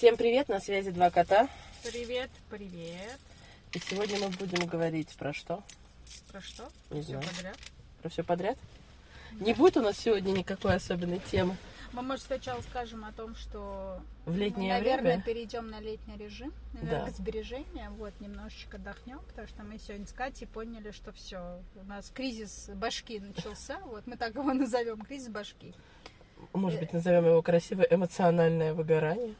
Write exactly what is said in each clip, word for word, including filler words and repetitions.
Всем привет, на связи два кота. Привет, привет. И сегодня мы будем говорить про что? Про что? Не Все знаю. подряд? Про все подряд? Да. Не будет у нас сегодня никакой особенной темы. Мы, может, сначала скажем о том, что В летнее мы, наверное, время? перейдем на летний режим, на Да. энергосбережение. Вот, немножечко отдохнем, потому что мы сегодня с Катей поняли, что все, у нас кризис башки начался. Вот мы так его назовем, кризис башки. Может быть, назовем его красивое эмоциональное выгорание?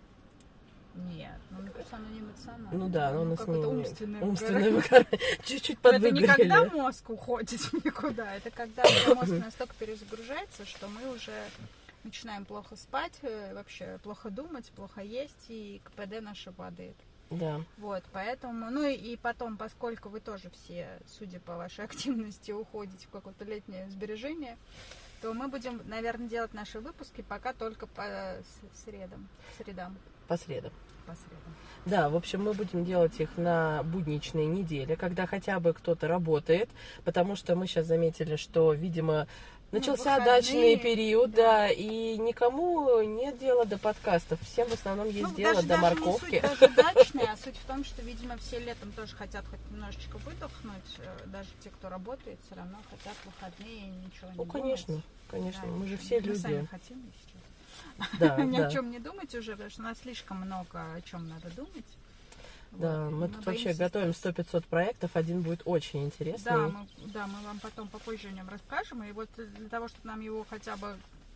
Нет, ну, мне кажется, оно не эмоциональное. Ну да, оно у нас какое-то не... умственное, умственное выгорание. выгорание. Чуть-чуть Это не подвыгорели. когда мозг уходит никуда, это когда мозг настолько перезагружается, что мы уже начинаем плохо спать, вообще плохо думать, плохо есть, и КПД наше падает. Да. Вот, поэтому, ну и, и потом, поскольку вы тоже все, судя по вашей активности, уходите в какое-то летнее сбережение, то мы будем, наверное, делать наши выпуски пока только по средам. средам. По средам. По средам. Да, в общем, мы будем делать их на будничные недели, когда хотя бы кто-то работает, потому что мы сейчас заметили, что, видимо, начался ну, дачный период, да. да, и никому нет дела до подкастов, всем в основном есть ну, дело даже, до даже морковки. Не суть даже дачная, а суть в том, что, видимо, все летом тоже хотят хоть немножечко выдохнуть, даже те, кто работает, все равно хотят выходные, ничего не Ну, думать. конечно, конечно, Да, мы же все мы люди. сами хотим, если честно. Да, Ни да. о чем не думать уже, потому что у нас слишком много о чем надо думать. Да, Вот, мы и тут боимся вообще готовим стресса. сто-пятьсот проектов, один будет очень интересный. Да мы, да, мы вам потом попозже о нем расскажем. И вот для того, чтобы нам его хотя бы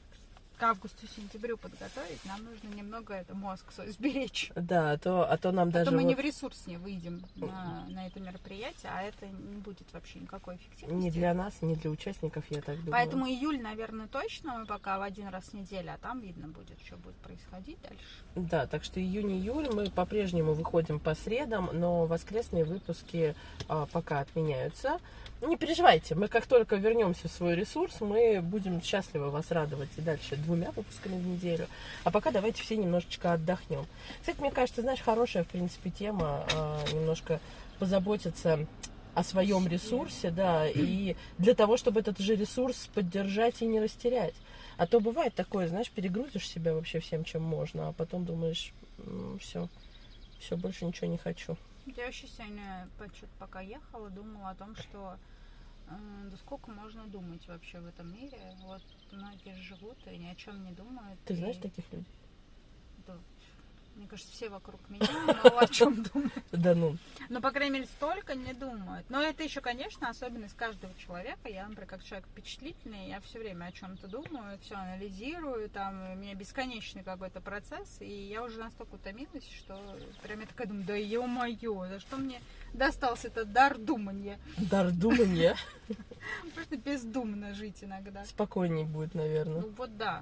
к августу-сентябрю подготовить, нам нужно немного это мозг свой сберечь. Да, а то, а то нам А даже то мы вот не в ресурс не выйдем на, на это мероприятие, а это не будет вообще никакой эффективности. не для нас, не для участников, я так думаю. Поэтому июль, наверное, точно мы пока в один раз в неделю, а там видно будет, что будет происходить дальше. Да, так что июнь-июль мы по-прежнему выходим по средам, но воскресные выпуски а, пока отменяются. Не переживайте, мы как только вернемся в свой ресурс, мы будем счастливы вас радовать и дальше двумя выпусками в неделю. А пока давайте все немножечко отдохнем. Кстати, мне кажется, знаешь, хорошая, в принципе, тема а, немножко позаботиться о своем ресурсе, да, и для того, чтобы этот же ресурс поддержать и не растерять. А то бывает такое, знаешь, перегрузишь себя вообще всем, чем можно, а потом думаешь, все, все, больше ничего не хочу. Я вообще сегодня, пока ехала, думала о том, что э, да сколько можно думать вообще в этом мире. Вот многие живут и ни о чем не думают. Ты и... знаешь таких людей? Да. Мне кажется, все вокруг меня мало о чем думают. Да ну. Но, по крайней мере, столько не думают. Но это еще, конечно, особенность каждого человека. Я, например, как человек впечатлительный, я все время о чем-то думаю, все анализирую, там у меня бесконечный какой-то процесс, и я уже настолько утомилась, что прям я такая думаю, да ё-моё, за что мне достался этот дар думания? Дар думания? Просто бездумно жить иногда. Спокойней будет, наверное. Ну вот да.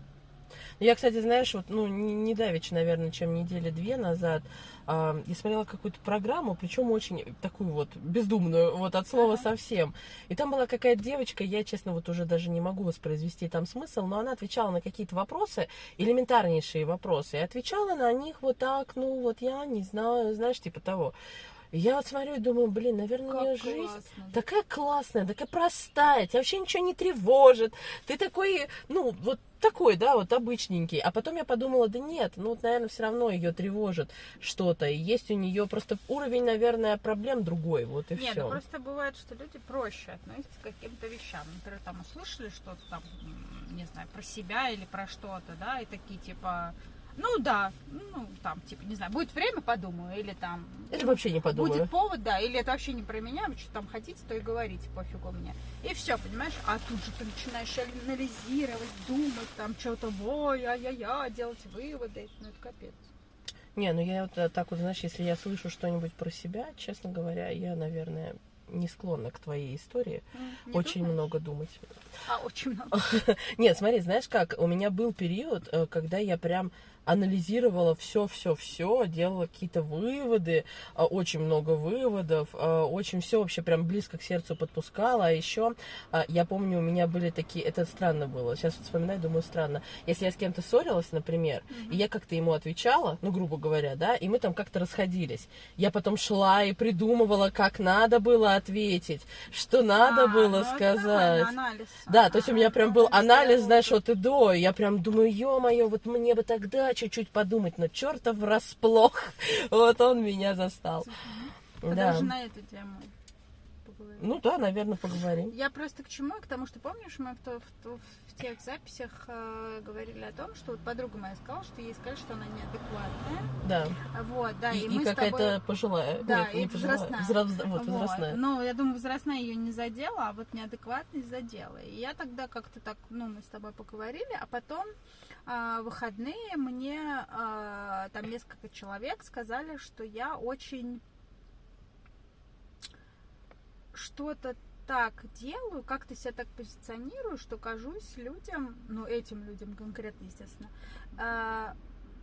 Я, кстати, знаешь, вот, ну, не, не давеча, наверное, чем недели две назад, э, я смотрела какую-то программу, причем очень такую вот бездумную, вот от слова Ага. совсем. И там была какая-то девочка, я, честно, вот уже даже не могу воспроизвести там смысл, но она отвечала на какие-то вопросы, элементарнейшие вопросы, и отвечала на них вот так, ну, вот я не знаю, знаешь, типа того. И я вот смотрю и думаю, блин, наверное, Как у нее жизнь классно. такая классная, такая простая, тебя вообще ничего не тревожит. Ты такой, ну, вот такой, да, вот обычненький. А потом я подумала, да нет, ну, вот, наверное, все равно ее тревожит что-то. И есть у нее просто уровень, наверное, проблем другой, вот и Нет, все. ну просто бывает, что люди проще относятся к каким-то вещам. Например, там услышали что-то там, не знаю, про себя или про что-то, да, и такие типа... Ну да, ну там, типа, не знаю, будет время, подумаю, или там... Или вообще не подумаю. Будет повод, да, или это вообще не про меня, вы что там хотите, то и говорите, пофигу мне. И все, понимаешь, а тут же ты начинаешь анализировать, думать, там что-то, ой, ай-яй-яй, делать выводы, ну это капец. Не, ну я вот так вот, знаешь, если я слышу что-нибудь про себя, честно говоря, я, наверное, не склонна к твоей истории. Не очень думаешь? много думать. А, очень много. Нет, смотри, знаешь как, у меня был период, когда я прям анализировала все-все-все, делала какие-то выводы, очень много выводов, очень все вообще прям близко к сердцу подпускала. А еще, я помню, у меня были такие, это странно было, сейчас вот вспоминаю, думаю, странно. Если я с кем-то ссорилась, например, mm-hmm. и я как-то ему отвечала, ну, грубо говоря, да, и мы там как-то расходились. Я потом шла и придумывала, как надо было ответить, что надо а, было ну, сказать. Анализ. Да, то есть у меня прям был анализ, анализ, знаешь, от и до. Я прям думаю, ё-моё, вот мне бы тогда чуть-чуть подумать, но чертов врасплох. Вот он меня застал. Тогда Да. уже на эту тему поговорим. Ну да, наверное, поговорим. Я просто к чему? К тому, что помнишь, мы в, то- в, то- в тех записях э, говорили о том, что вот подруга моя сказала, что ей сказали, что она неадекватная. Да. Вот, да, И, и, и мы с какая-то тобой... пожилая. Да, Нет, и не пожилая. возрастная. Взра- Вот, Вот. возрастная. Ну, я думаю, возрастная ее не задела, а вот неадекватность задела. И я тогда как-то так, ну, мы с тобой поговорили, а потом а, в выходные мне а, там несколько человек сказали, что я очень что-то так делаю, как-то себя так позиционирую, что кажусь людям, ну, этим людям конкретно, естественно, а,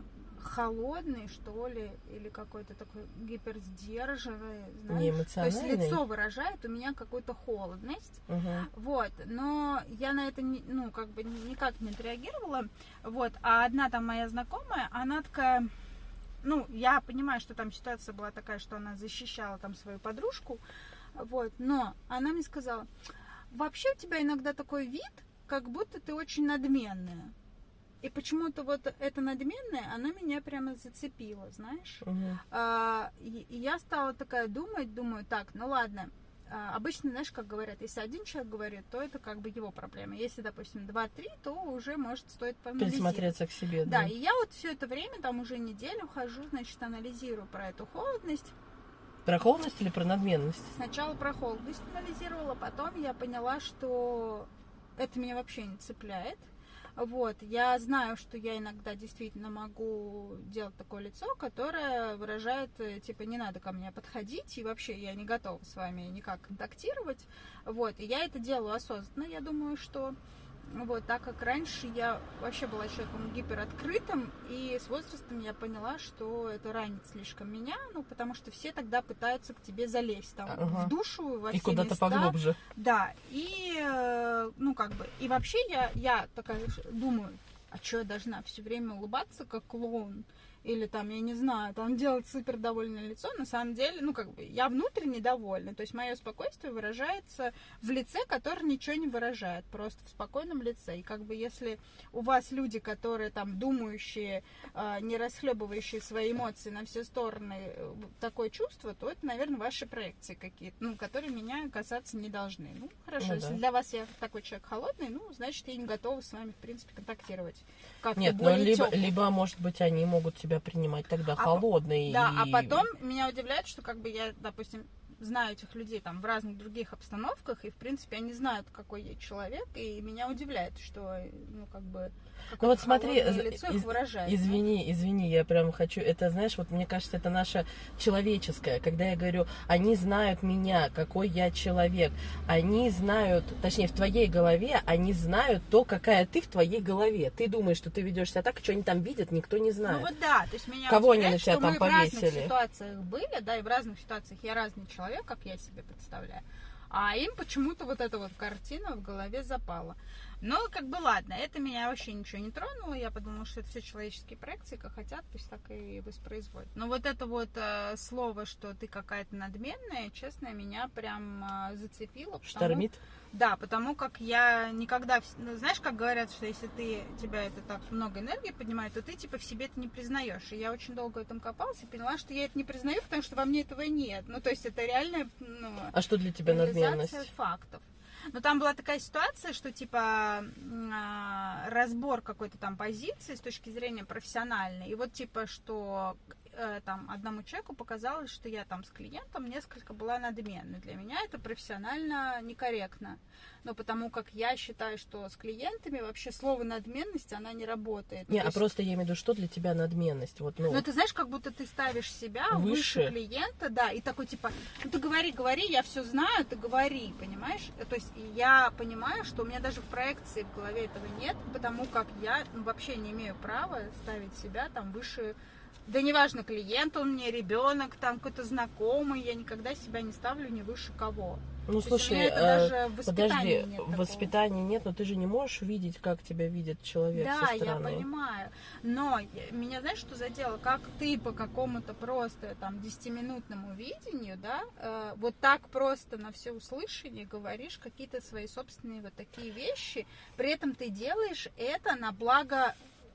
холодный, что ли, или какой-то такой гиперсдержанный, знаешь. То есть Неэмоциональный? лицо выражает у меня какую-то холодность. Мгм. Вот, но я на это, не- ну, как бы никак не отреагировала. Вот, а одна там моя знакомая, она такая, ну, я понимаю, что там ситуация была такая, что она защищала там свою подружку, вот, но она мне сказала, вообще у тебя иногда такой вид, как будто ты очень надменная. И почему-то вот эта надменная, она меня прямо зацепила, знаешь. Мгм. А, и, и я стала такая думать, думаю, так, ну ладно. А, обычно, знаешь, как говорят, если один человек говорит, то это как бы его проблема. Если, допустим, два-три, то уже, может, стоит поанализировать. Присмотреться к себе. Да, Да. и я вот все это время, там уже неделю хожу, значит, анализирую про эту холодность. Про холодность или про надменность? Сначала про холодность анализировала, потом я поняла, что это меня вообще не цепляет. Вот, я знаю, что я иногда действительно могу делать такое лицо, которое выражает, э, типа, не надо ко мне подходить, и вообще я не готова с вами никак контактировать. Вот, и я это делаю осознанно, я думаю, что... Вот, так как раньше я вообще была человеком гипероткрытым, и с возрастом я поняла, что это ранит слишком меня, ну, потому что все тогда пытаются к тебе залезть там Ага. в душу, во И все куда-то места. поглубже. Да, и, э, ну, как бы, и вообще я, я такая ж- думаю, а что я должна все время улыбаться, как клоун? Или там, я не знаю, там делать супер довольное лицо, на самом деле, ну, как бы, я внутренне довольна. То есть мое спокойствие выражается в лице, которое ничего не выражает, просто в спокойном лице. И как бы, если у вас люди, которые там думающие, э, не расхлебывающие свои эмоции на все стороны, э, такое чувство, то это, наверное, ваши проекции какие-то, ну, которые меня касаться не должны. Ну, хорошо, Ну, если да. для вас я такой человек холодный, ну, значит, я не готова с вами, в принципе, контактировать. Как-то Нет, но более либо, тёплым. либо, может быть, они могут тебя принимать тогда А по- холодной. Да, и... а потом меня удивляет, что как бы я, допустим, знаю этих людей там в разных других обстановках, и, в принципе, они знают, какой я человек, и меня удивляет, что, ну, как бы, Ну вот смотри, холодное из- лицо их из- выражает. извини, извини, я прям хочу, это, знаешь, вот мне кажется, это наше человеческое, когда я говорю, они знают меня, какой я человек, они знают, точнее, в твоей голове, они знают то, какая ты в твоей голове. Ты думаешь, что ты ведешь себя так, что они там видят, никто не Ну знает. вот да, то есть меня Кого они удивляет, на тебя что там мы в разных повесили? ситуациях были, да, и в разных ситуациях я разный человек, как я себе представляю. А им почему-то вот эта вот картина в голове запала. Но как бы ладно, это меня вообще ничего не тронуло. Я подумала, что это все человеческие проекции, как хотят, пусть так и воспроизводят. Но вот это вот э, слово, что ты какая-то надменная, честно, меня прям э, зацепило. потому- Штормит. Да, потому как я никогда... вс- ну, знаешь, как говорят, что если ты, тебя это так много энергии поднимает, то ты типа в себе это не признаешь. И я очень долго в этом копалась и поняла, что я это не признаю, потому что во мне этого нет. Ну, то есть это реальная, ну, А что для тебя надменность? реализация фактов. Но там была такая ситуация, что типа м, а, разбор какой-то там позиции с точки зрения профессиональной. И вот типа, что э, там одному человеку показалось, что я там с клиентом несколько была надменной. Для меня это профессионально некорректно. Но потому как я считаю, что с клиентами вообще слово надменность, она не работает. Не, То а есть- просто я имею в виду, что для тебя надменность? Вот, ну, ну, это знаешь, как будто ты ставишь себя Выше. выше, клиента, да, и такой типа, ну ты говори, говори, я все знаю, ты говори, понимаешь? То есть и я понимаю, что у меня даже в проекции в голове этого нет, потому как я ну, вообще не имею права ставить себя там выше, да неважно, клиент он мне, ребенок, там какой-то знакомый, я никогда себя не ставлю не выше кого. ну То есть у меня слушай, это э, даже в воспитании подожди, нет в такого. воспитании нет, но ты же не можешь видеть, как тебя видит человек Да, со я стороны. понимаю. Но я- меня, знаешь, что задело? Как ты по какому-то просто там десятиминутному видению, да, э, вот так просто на все услышание говоришь какие-то свои собственные вот такие вещи, при этом ты делаешь это на благо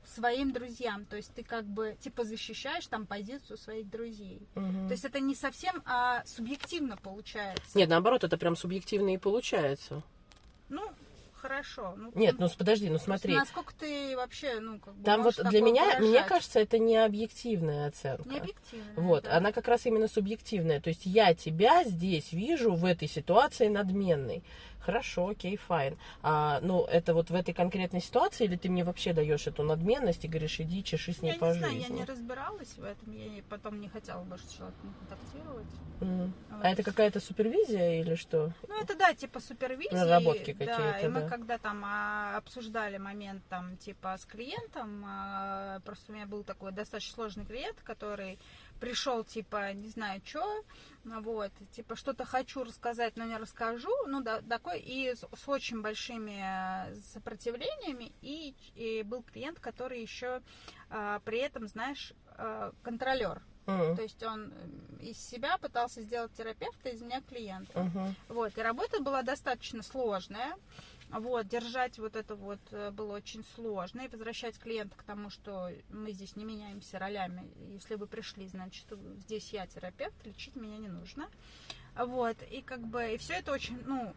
своим друзьям. То есть ты как бы типа защищаешь там позицию своих друзей. Угу. То есть это не совсем а субъективно получается. Нет, наоборот, это прям субъективно и получается. Ну, хорошо. Ну, Нет, ну подожди, ну смотри. Насколько ты вообще, ну, как бы Там вот для меня, выражать? Мне кажется, это не объективная оценка. Не объективная. Вот, да. Она как раз именно субъективная. То есть я тебя здесь вижу в этой ситуации надменной. Хорошо, окей, файн. А, ну, это вот в этой конкретной ситуации, или ты мне вообще даешь эту надменность и говоришь, иди, чеши с ней я по не жизни? Знаю, я не разбиралась в этом, я потом не хотела больше с человеком контактировать. Mm. Вот. А это какая-то супервизия или что? Ну, это, да, типа супервизии. Наработки какие-то, да. И мы да. когда там а, обсуждали момент там, типа, с клиентом, а, просто у меня был такой достаточно сложный клиент, который пришел, типа, не знаю, что, вот, типа, что-то хочу рассказать, но не расскажу, ну, да, такой, и с, с очень большими сопротивлениями, и, и был клиент, который еще а, при этом, знаешь, а, контролер. Mm-hmm. То есть он из себя пытался сделать терапевта, из меня клиента. Mm-hmm. Вот, и работа была достаточно сложная. Вот, держать вот это вот было очень сложно. И возвращать клиента к тому, что мы здесь не меняемся ролями. Если вы пришли, значит, здесь я терапевт, лечить меня не нужно. Вот, и как бы, и все это очень, ну,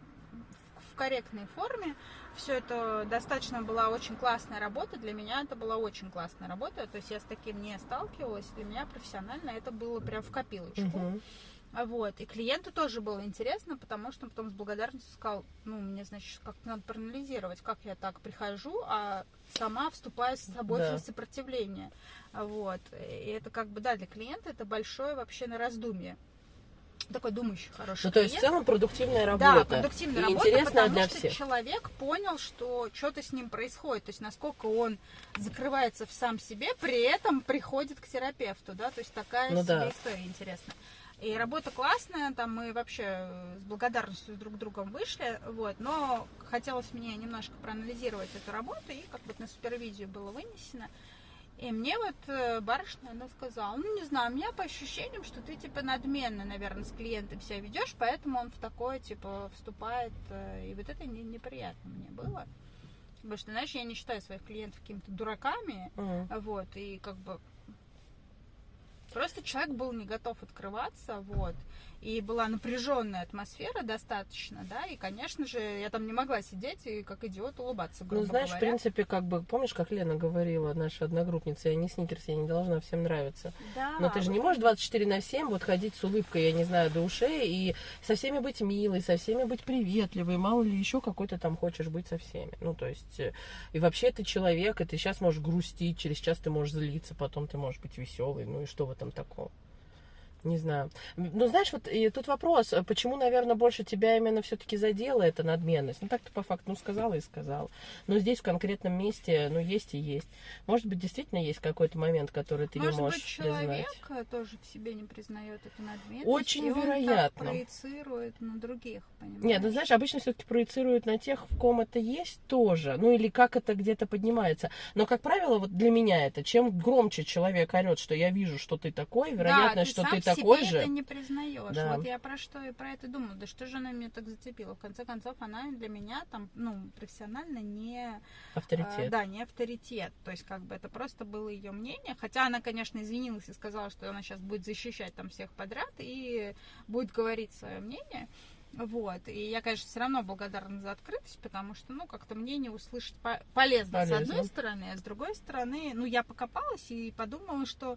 в корректной форме. Все это достаточно была очень классная работа. Для меня это была очень классная работа. То есть я с таким не сталкивалась. Для меня профессионально это было прям в копилочку. Uh-huh. Вот. И клиенту тоже было интересно, потому что он потом с благодарностью сказал, ну, мне, значит, как надо проанализировать, как я так прихожу, а сама вступаю с собой да. в сопротивление. Вот. И это как бы, да, для клиента это большое вообще на раздумье. Такой думающий, хороший Ну, то есть, клиент. в целом, продуктивная работа. Да, продуктивная и работа, интересная потому для что всех. человек понял, что что-то с ним происходит, то есть насколько он закрывается в сам себе, при этом приходит к терапевту, да, то есть такая ну, себе да. история интересная. И работа классная, там мы вообще с благодарностью друг с другом вышли, вот, но хотелось мне немножко проанализировать эту работу, и как бы на супервизию было вынесено. И мне вот барышня, она сказала, ну, не знаю, у меня по ощущениям, что ты, типа, надменно, наверное, с клиентом себя ведешь, поэтому он в такое, типа, вступает, и вот это не, неприятно мне было. Потому что, знаешь, я не считаю своих клиентов какими-то дураками, mm. вот, и как бы просто человек был не готов открываться, вот. И была напряженная атмосфера достаточно, да, и, конечно же, я там не могла сидеть и как идиот улыбаться, грубо Ну, знаешь, говоря. в принципе, как бы, помнишь, как Лена говорила, наша одногруппница, я не сникерс, я не должна всем нравиться. Да. Но ты же не можешь двадцать четыре на семь вот ходить с улыбкой, я не знаю, до ушей, и со всеми быть милой, со всеми быть приветливой, мало ли еще какой ты там хочешь быть со всеми. Ну, то есть, и вообще ты человек, и ты сейчас можешь грустить, через час ты можешь злиться, потом ты можешь быть веселой, ну и что в этом такого? Не знаю. Ну, знаешь, вот и тут вопрос, почему, наверное, больше тебя именно все-таки задела эта надменность? Ну, так ты по факту, ну, сказала и сказала. Но здесь в конкретном месте, ну, есть и есть. Может быть, действительно есть какой-то момент, который ты Может не можешь быть, человек признать. тоже в себе не признает эту надменность. Очень и вероятно. Он так проецирует на других, понимаешь? Нет, ну, знаешь, обычно все-таки проецируют на тех, в ком это есть тоже. Ну, или как это где-то поднимается. Но, как правило, вот для меня это, чем громче человек орет, что я вижу, что ты такой, вероятность, да, что ты себе такой же. это не признаешь. Да. Вот я про что и про это думала. Да что же она меня так зацепила? В конце концов, она для меня там, ну, профессионально не авторитет. Э, да, не авторитет. То есть, как бы это просто было ее мнение. Хотя она, конечно, извинилась и сказала, что она сейчас будет защищать там всех подряд и будет говорить свое мнение. Вот. И я, конечно, все равно благодарна за открытость, потому что, ну, как-то мнение услышать по- полезно, полезно, с одной стороны, а с другой стороны, ну, я покопалась и подумала, что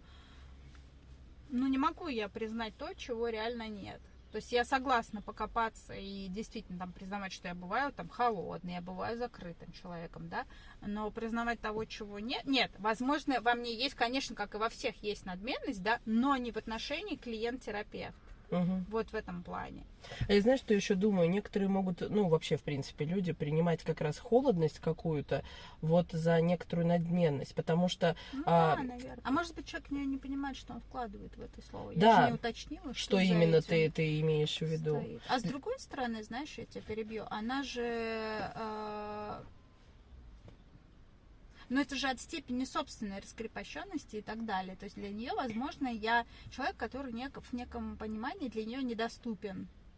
ну, не могу я признать то, чего реально нет. То есть я согласна покопаться и действительно там признавать, что я бываю там холодной, я бываю закрытым человеком, да, но признавать того, чего нет, нет, возможно, во мне есть, конечно, как и во всех есть надменность, да, но не в отношении клиент-терапевт. Угу. Вот в этом плане. А я знаешь, что еще думаю? Некоторые могут, ну, вообще, в принципе, люди принимать как раз холодность какую-то вот за некоторую надменность, потому что... Ну, а, да, наверное. А может быть, человек не, не понимает, что он вкладывает в это слово. Да. Я же не уточнила, что, что именно ты, ты имеешь в виду. Стоит. А с другой стороны, знаешь, я тебя перебью, она же... Э- Но это же от степени собственной раскрепощенности и так далее. То есть для нее, возможно, я человек, который в неком понимании для нее недоступен.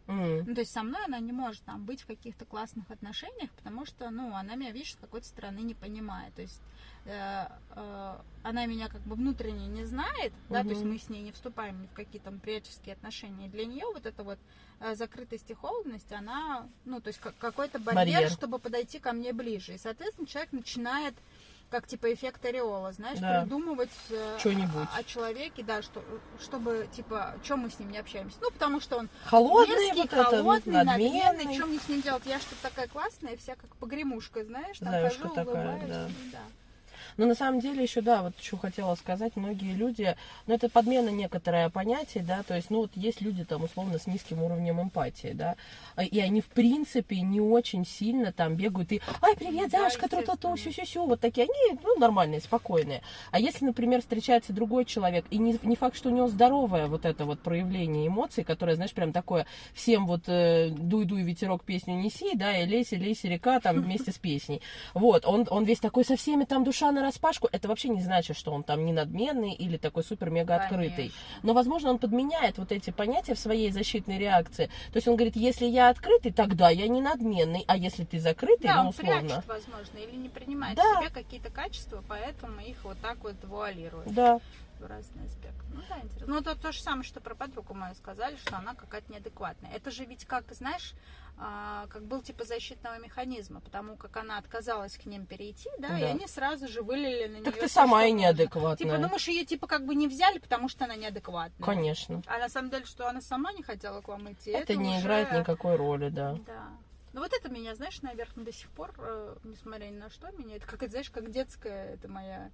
Mm. Ну, то есть со мной она не может там быть в каких-то классных отношениях, потому что, ну, она меня, видишь, с какой-то стороны не понимает. То есть э, э, она меня как бы внутренне не знает, mm-hmm. да, то есть мы с ней не вступаем ни в какие там приятельские отношения. И для нее вот эта вот э, закрытость и холодность, она, ну, то есть как, какой-то барьер, барьер, чтобы подойти ко мне ближе. И, соответственно, человек начинает как типа эффект ореола, знаешь, да. придумывать э, о, о человеке, да, что, чтобы, типа, чем мы с ним не общаемся. Ну, потому что он холодный, мерзкий, вот холодный, это, надменный, что мне с ним делать? Я что-то такая классная, вся как погремушка, знаешь, там Заюшка хожу, такая, улыбаюсь. Да. Да. Но на самом деле еще, да, вот что хотела сказать, многие люди, ну, это подмена некоторое понятие, да, то есть, ну, вот есть люди там, условно, с низким уровнем эмпатии, да, и они, в принципе, не очень сильно там бегают и, ай, привет, Зашка, да, тру-ту-ту, сю-сю-сю, вот такие, они, ну, нормальные, спокойные. А если, например, встречается другой человек, и не, не факт, что у него здоровое вот это вот проявление эмоций, которое, знаешь, прям такое, всем вот э, дуй-дуй, ветерок, песню неси, да, и лейся, лейся, река, там, вместе с песней. Вот, он, он весь такой со всеми, там, душа на распашку, это вообще не значит, что он там не надменный или такой супер-мега открытый. Но, возможно, он подменяет вот эти понятия в своей защитной реакции. То есть он говорит, если я открытый, тогда я не надменный, а если ты закрытый, да, ну, он условно. прячет, возможно, или не принимает да. в себе какие-то качества, поэтому их вот так вот вуалирует. Да. В разные аспекты. Ну да, интересно. Ну, это то же самое, что про подругу мою сказали, что она какая-то неадекватная. Это же ведь как, знаешь, а, как был типа защитного механизма, потому как она отказалась к ним перейти, да, да. и они сразу же вылили на нее. Так ты сама и неадекватная. Типа, ну мы же ее типа как бы не взяли, потому что она неадекватная. Конечно. А на самом деле, что она сама не хотела к вам идти. Это, это не уже... играет никакой роли, да. Да. Ну вот это меня, знаешь, наверное, до сих пор, э, несмотря ни на что, меня, это как, знаешь, как детская, это моя...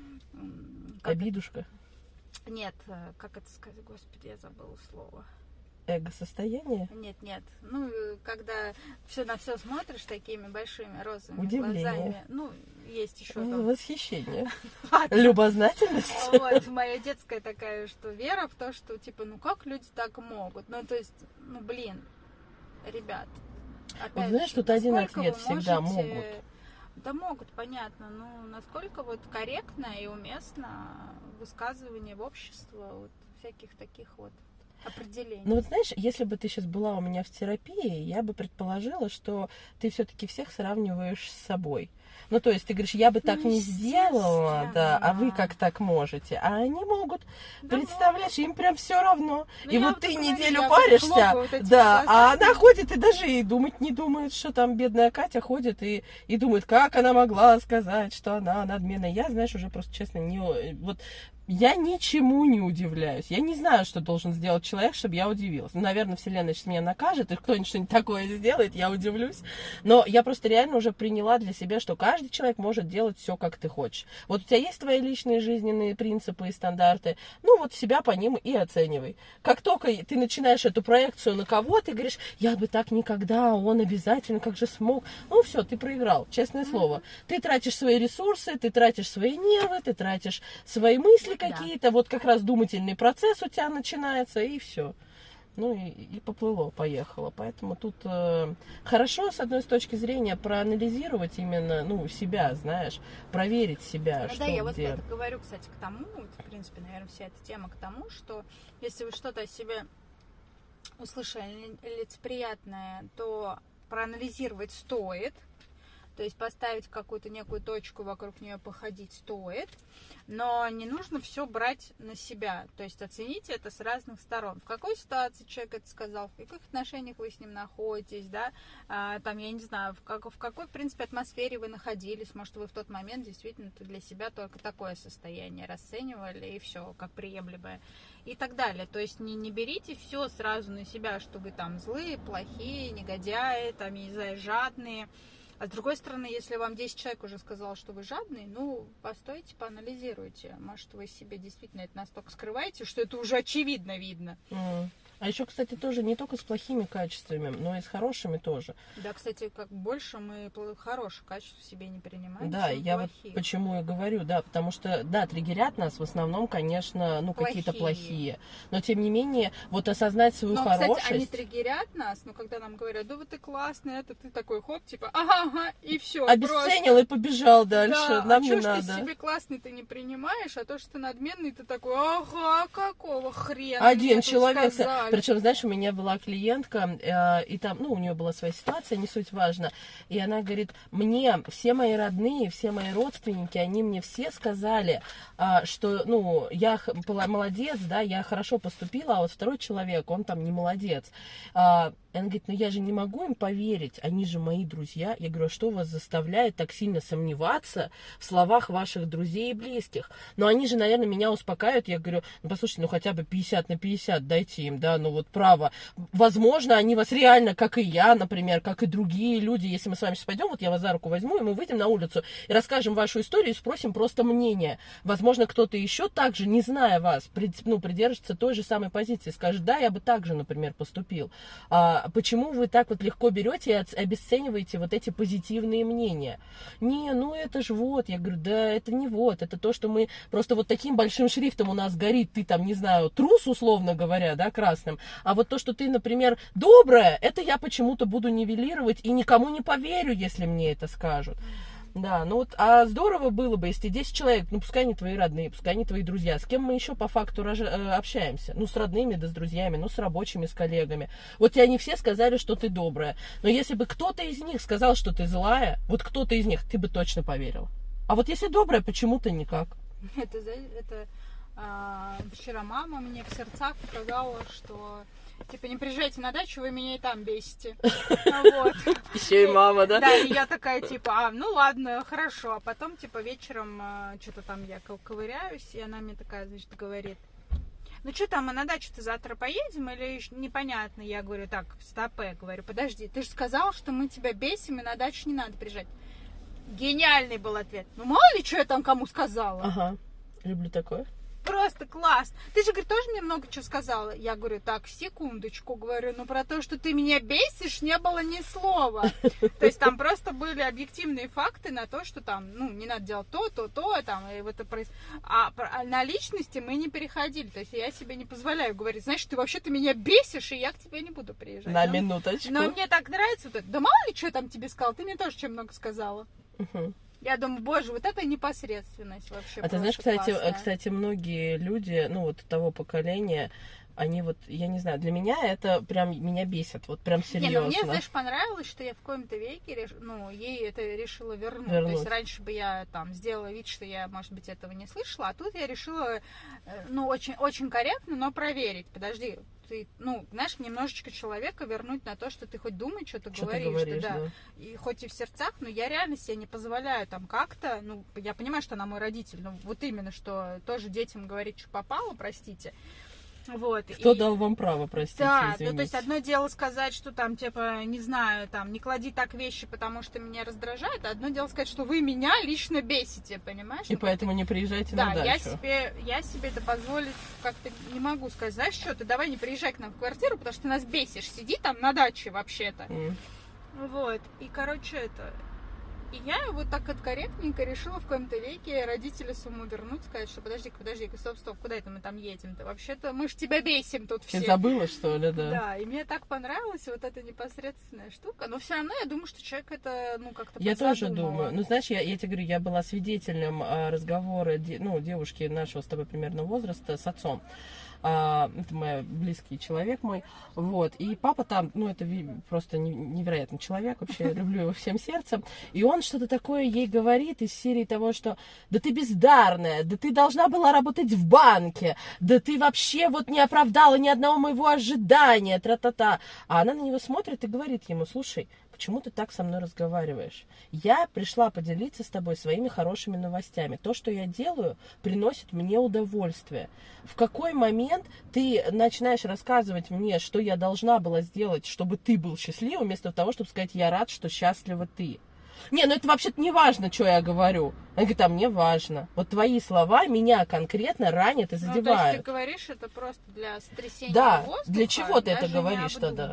Как обидушка? Это... Нет, как это сказать, господи, я забыла слово. Эго-состояние? Нет, нет. Ну, когда все на все смотришь такими большими розовыми Удивление. глазами. Ну, есть еще там... Восхищение. Любознательность. Вот, моя детская такая, что вера в то, что, типа, ну как люди так могут? Ну, то есть, ну, блин, ребят. Вот знаешь, тут один ответ всегда могут. Да могут, понятно, но насколько вот корректно и уместно высказывание в общество вот всяких таких вот определений. Ну вот знаешь, если бы ты сейчас была у меня в терапии, я бы предположила, что ты все-таки всех сравниваешь с собой. Ну, то есть ты говоришь, я бы так ну, не сделала, да, а вы как так можете? А они могут, да представляешь, могут. Им прям все равно. Ну, и вот ты неделю говорю, паришься, вот да, а она ходит и даже и думать не думает, что там бедная Катя ходит и, и думает, как она могла сказать, что она надменная. Я, знаешь, уже просто честно не... Вот, я ничему не удивляюсь. Я не знаю, что должен сделать человек, чтобы я удивилась. Ну, наверное, Вселенная сейчас меня накажет, и кто-нибудь что-нибудь такое сделает, я удивлюсь. Но я просто реально уже приняла для себя, что каждый человек может делать все, как ты хочешь. Вот у тебя есть твои личные жизненные принципы и стандарты, ну вот себя по ним и оценивай. Как только ты начинаешь эту проекцию на кого-то, ты говоришь, я бы так никогда, он обязательно, как же смог. Ну все, ты проиграл, честное слово. Ты тратишь свои ресурсы, ты тратишь свои нервы, ты тратишь свои мысли, какие-то, да. Вот как раз думательный процесс у тебя начинается, и все. Ну и, и поплыло, поехало. Поэтому тут э, хорошо, с одной с точки зрения, проанализировать именно, ну, себя, знаешь, проверить себя, ну, что да, я где. вот это говорю, кстати, к тому, вот, в принципе, наверное, вся эта тема к тому, что если вы что-то о себе услышали лицеприятное, то проанализировать стоит. То есть поставить какую-то некую точку, вокруг нее походить стоит, но не нужно все брать на себя. То есть оцените это с разных сторон. В какой ситуации человек это сказал, в каких отношениях вы с ним находитесь, да, а, там, я не знаю, в, как, в какой, в принципе, атмосфере вы находились. Может, вы в тот момент действительно для себя только такое состояние расценивали, и все, как приемлемое. И так далее. То есть не, не берите все сразу на себя, что вы там злые, плохие, негодяи, там, я не знаю, жадные. А с другой стороны, если вам десять человек уже сказал, что вы жадный, ну, постойте, поанализируйте. Может, вы себе действительно это настолько скрываете, что это уже очевидно видно. Mm. А еще, кстати, тоже не только с плохими качествами, но и с хорошими тоже. Да, кстати, как больше мы хороших качеств в себе не принимаем, да, чем я плохих. Вот почему и говорю, да, потому что, да, триггерят нас в основном, конечно, ну, плохие. Какие-то плохие. Но, тем не менее, вот осознать свою но, хорошесть... кстати, они триггерят нас, но когда нам говорят, да, вот ты классный, это ты такой, хоп, типа, ага, ага, и все. Обесценил просто. И побежал дальше, да, нам а не что надо. Что ты себе классный ты не принимаешь, а то, что ты надменный, ты такой, ага, какого хрена один человек, сказали. Причем, знаешь, у меня была клиентка, э, и там, ну, у нее была своя ситуация, не суть важно. И она говорит, мне все мои родные, все мои родственники, они мне все сказали, э, что, ну, я была молодец, да, я хорошо поступила, а вот второй человек, он там не молодец. Э, и она говорит, ну я же не могу им поверить, они же мои друзья. Я говорю, а что вас заставляет так сильно сомневаться в словах ваших друзей и близких? Но они же, наверное, меня успокаивают. Я говорю, ну послушайте, ну хотя бы пятьдесят на пятьдесят дайте им, да, ну вот право. Возможно, они вас реально, как и я, например, как и другие люди, если мы с вами сейчас пойдем, вот я вас за руку возьму, и мы выйдем на улицу и расскажем вашу историю и спросим просто мнение. Возможно, кто-то еще также, не зная вас, прид, ну, придержится той же самой позиции, скажет, да, я бы так же, например, поступил. А, почему вы так вот легко берете и обесцениваете вот эти позитивные мнения? Не, ну это же вот, я говорю, да это не вот, это то, что мы просто вот таким большим шрифтом у нас горит, ты там, не знаю, трус, условно говоря, да, красным, а вот то, что ты, например, добрая, это я почему-то буду нивелировать и никому не поверю, если мне это скажут. Да, ну вот, а здорово было бы, если десять человек, ну пускай не твои родные, пускай не твои друзья, с кем мы еще по факту рож... общаемся? Ну с родными, да с друзьями, ну с рабочими, с коллегами. Вот тебе они все сказали, что ты добрая, но если бы кто-то из них сказал, что ты злая, вот кто-то из них, ты бы точно поверила. А вот если добрая, почему-то никак. Это, это а, вчера мама мне в сердцах сказала, что... Типа, не приезжайте на дачу, вы меня и там бесите. Вот. Еще и мама, да? Да, и я такая, типа, а, ну ладно, хорошо. А потом, типа, вечером что-то там я ковыряюсь, и она мне такая, значит, говорит, ну что там, мы на дачу-то завтра поедем или непонятно? Я говорю, так, стопэ, говорю, подожди, ты же сказала, что мы тебя бесим, и на дачу не надо приезжать. Гениальный был ответ. Ну, мало ли, что я там кому сказала. Ага, люблю такое. Просто класс. Ты же, говорит, тоже мне много чего сказала. Я говорю, так, секундочку, говорю, ну про то, что ты меня бесишь, не было ни слова. То есть там просто были объективные факты на то, что там, ну, не надо делать то, то, то, там, и вот это проис... а, а на личности мы не переходили. То есть я себе не позволяю говорить, знаешь, ты вообще-то меня бесишь, и я к тебе не буду приезжать. На но, минуточку. Но мне так нравится вот это. Да мало ли, что я там тебе сказала, ты мне тоже чем много сказала. Угу. Я думаю, боже, вот это непосредственность вообще. А ты знаешь, кстати, классная. кстати, многие люди, ну вот того поколения, они вот, я не знаю, для меня это прям меня бесит, вот прям серьезно. Не, ну мне, знаешь, понравилось, что я в каком-то веке, реш... ну, ей это решила вернуть. вернуть. То есть раньше бы я там сделала вид, что я, может быть, этого не слышала, а тут я решила, ну, очень, очень корректно, но проверить. Подожди, ты, ну, знаешь, немножечко человека вернуть на то, что ты хоть думаешь, что ты что говоришь, ты говоришь да, да. И хоть и в сердцах, но я реально себе не позволяю там как-то, ну, я понимаю, что она мой родитель, но вот именно, что тоже детям говорить, что попало, простите. Вот. Кто и... дал вам право, простите, да, извините. Ну, то есть одно дело сказать, что там, типа, не знаю, там, не клади так вещи, потому что меня раздражает, а одно дело сказать, что вы меня лично бесите, понимаешь? И ну, поэтому не приезжайте да, на дачу. я себе, я себе это позволить как-то не могу сказать. Знаешь что, ты давай не приезжай к нам в квартиру, потому что ты нас бесишь, сиди там на даче вообще-то. Mm. Вот, и, короче, это... И я вот так вот корректненько решила в каком-то веке родителя сумму вернуть, сказать, что подожди-ка, подожди-ка, стоп-стоп, куда это мы там едем-то? Вообще-то мы ж тебя бесим тут все. Ты забыла, что ли, да? Да, и мне так понравилась вот эта непосредственная штука, но все равно я думаю, что человек это, ну, как-то Я тоже думаю. Ну, знаешь, я, я тебе говорю, я была свидетелем разговора, ну, девушки нашего с тобой примерно возраста с отцом. А, это мой близкий человек мой, вот, и папа там, ну, это просто невероятный человек, вообще, я люблю его всем сердцем, и он что-то такое ей говорит из серии того, что да ты бездарная, да ты должна была работать в банке, да ты вообще вот не оправдала ни одного моего ожидания, тра-та-та, а она на него смотрит и говорит ему, слушай, почему ты так со мной разговариваешь? Я пришла поделиться с тобой своими хорошими новостями. То, что я делаю, приносит мне удовольствие. В какой момент ты начинаешь рассказывать мне, что я должна была сделать, чтобы ты был счастливым, вместо того, чтобы сказать, я рад, что счастлива ты? Не, ну это вообще-то не важно, что я говорю. Она говорит, а мне важно. Вот твои слова меня конкретно ранят и задевают. Ну, то есть ты говоришь это просто для стрясения да, воздуха? для чего ты это говоришь тогда?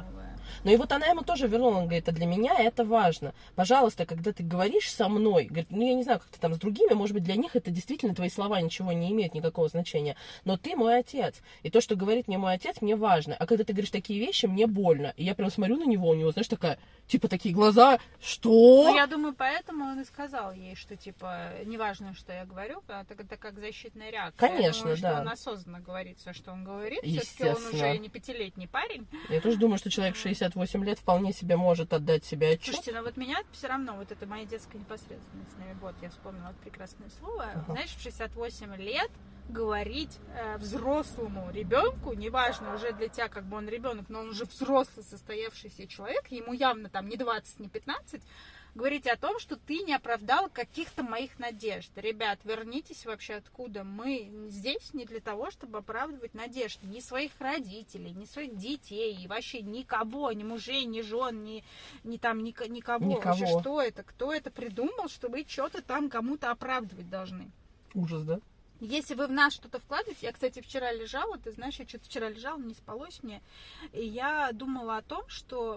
Но и вот она ему тоже вернула, он говорит, а для меня это важно. Пожалуйста, когда ты говоришь со мной, говорит, ну я не знаю, как ты там с другими, может быть, для них это действительно твои слова ничего не имеют, никакого значения, но ты мой отец. И то, что говорит мне мой отец, мне важно. А когда ты говоришь такие вещи, мне больно. И я прям смотрю на него, у него, знаешь, такая, типа, такие глаза, что? Ну, я думаю, поэтому он и сказал ей, что, типа, неважно, что я говорю, это, это как защитная реакция. Конечно, я думаю, да. что он осознанно говорит все, что он говорит. Все-таки он уже не пятилетний парень. Я тоже думаю, что человек в шестьдесят восемь лет вполне себе может отдать себе отчет. Слушайте, ну вот меня все равно, вот это моя детская непосредственность. Вот, я вспомнила это прекрасное слово. Ага. Знаешь, в шестьдесят восемь лет говорить э, взрослому ребенку, неважно уже для тебя, как бы он ребенок, но он уже взрослый состоявшийся человек, ему явно там не двадцать, не пятнадцать, говорить о том, что ты не оправдал каких-то моих надежд. Ребят, вернитесь вообще откуда. Мы здесь не для того, чтобы оправдывать надежды ни своих родителей, ни своих детей, и вообще никого, ни мужей, ни жен, ни, ни там, ни, никого. никого. Вообще, что это? Кто это придумал, что вы что-то там кому-то оправдывать должны? Ужас, да? Если вы в нас что-то вкладываете, я, кстати, вчера лежала, ты знаешь, я что-то вчера лежала, не спалось мне, и я думала о том, что,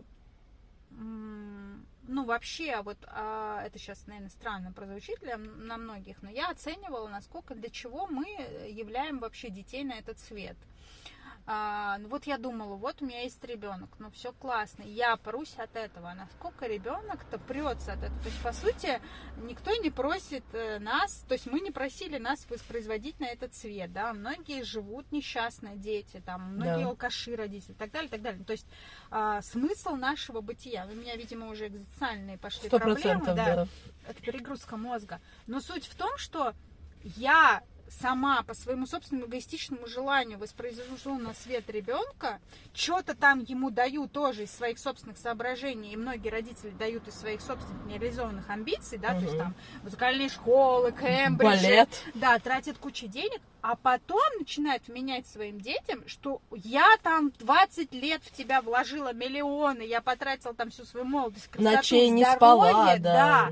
ну, вообще, вот, а, это сейчас, наверное, странно прозвучит для на многих, но я оценивала, насколько, для чего мы являем вообще детей на этот свет. А, вот я думала, вот у меня есть ребенок, ну все классно, я прусь от этого, а насколько ребенок-то прется от этого. То есть, по сути, никто не просит нас, то есть мы не просили нас воспроизводить на этот свет, да, многие живут несчастные дети, там, многие да. алкаши родители, и так далее, и так далее. То есть а, смысл нашего бытия, у меня, видимо, уже экзистенциальные пошли проблемы, да, да, это перегрузка мозга, но суть в том, что я сама по своему собственному эгоистичному желанию воспроизвожу на свет ребенка, что-то там ему даю тоже из своих собственных соображений, и многие родители дают из своих собственных нереализованных амбиций, да, угу. То есть там музыкальные школы, Кембриджи, балет, да, тратят кучу денег, а потом начинают вменять своим детям, что я там двадцать лет в тебя вложила миллионы, я потратила там всю свою молодость, красоту, ночей не здоровье, спала, да. да,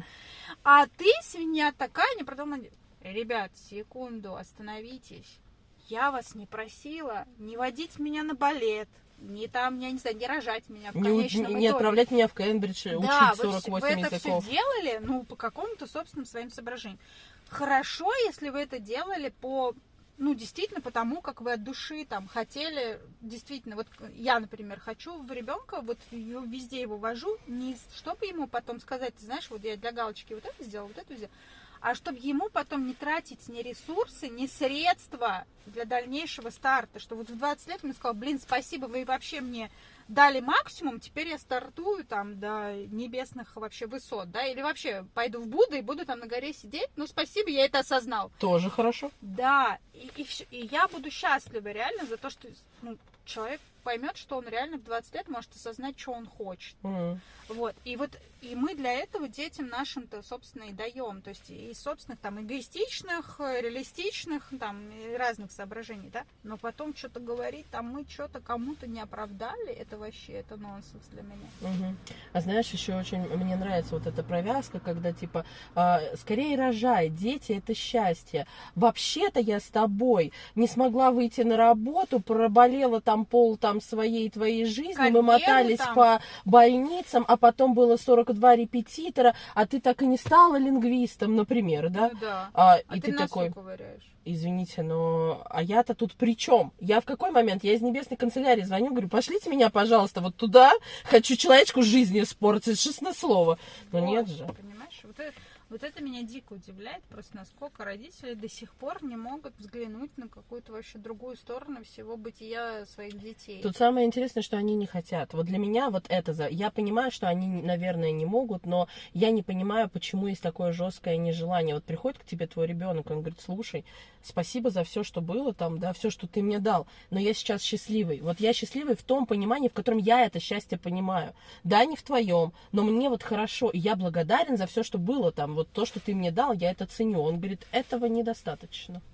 а ты, свинья такая, не продала. Ребят, секунду, остановитесь. Я вас не просила не водить меня на балет, не там, я не знаю, не рожать меня в конечном не, итоге. Не отправлять меня в Кембридж, да, учить сорок восемь вы это языков. все делали, ну, по какому-то собственным своим соображениям. Хорошо, если вы это делали по, ну, действительно, потому как вы от души там хотели, действительно, вот я, например, хочу в ребенка, вот везде его вожу, не чтобы ему потом сказать, ты знаешь, вот я для галочки вот это сделала, вот это сделала, а чтобы ему потом не тратить ни ресурсы, ни средства для дальнейшего старта. Что вот в двадцать лет он мне сказал, блин, спасибо, вы вообще мне дали максимум, теперь я стартую там до небесных вообще высот, да, или вообще пойду в Будду и буду там на горе сидеть, ну, спасибо, я это осознал. Тоже хорошо. Да, и, и, все, и я буду счастлива реально за то, что, ну, человек поймет, что он реально в двадцать лет может осознать, что он хочет. Mm. Вот. И вот и мы для этого детям нашим-то, собственно, и даем. То есть из собственных там эгоистичных, реалистичных, там, разных соображений, да. Но потом что-то говорить, там мы что-то кому-то не оправдали, это вообще, это нонсенс для меня. Угу. А знаешь, еще очень мне нравится вот эта провязка, когда типа э, скорее рожай, дети это счастье. Вообще-то я с тобой не смогла выйти на работу, проболела там пол там своей твоей жизни, Карьеру мы мотались там. по больницам, а потом было сорок два репетитора, а ты так и не стала лингвистом, например, да? Ну, да. А, а и ты, ты носу такой, ковыряешь. Извините, но а я-то тут при чем? Я в какой момент? Я из небесной канцелярии звоню, говорю, пошлите меня, пожалуйста, вот туда, хочу человечку жизни испортить, честное слово. Но вот, нет же. Понимаешь, вот это, вот это меня дико удивляет, просто насколько родители до сих пор не могут взглянуть на какую-то вообще другую сторону всего бытия своих детей. Тут самое интересное, что они не хотят. Вот для меня вот это за... Я понимаю, что они, наверное, не могут, но я не понимаю, почему есть такое жесткое нежелание. Вот приходит к тебе твой ребенок, он говорит, слушай, спасибо за все, что было там, да, все, что ты мне дал, но я сейчас счастливый. Вот я счастливый в том понимании, в котором я это счастье понимаю. Да, не в твоем, но мне вот хорошо, и я благодарен за все, что было там. Вот то, что ты мне дал, я это ценю. Он говорит, этого недостаточно.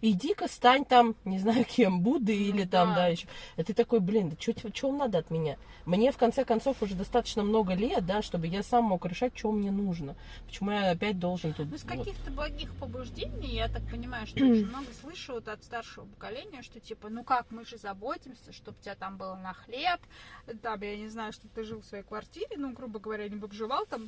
иди-ка стань там, не знаю кем, Буддой или Ну там, да. да, еще. И ты такой, блин, да что вам надо от меня? Мне, в конце концов, уже достаточно много лет, да, чтобы я сам мог решать, что мне нужно. Почему я опять должен тут... Ну, из вот. каких-то благих побуждений, я так понимаю, что очень много слышу вот от старшего поколения, что типа, ну как, мы же заботимся, чтобы у тебя там было на хлеб, там, я не знаю, чтобы ты жил в своей квартире, ну, грубо говоря, не бомжевал там,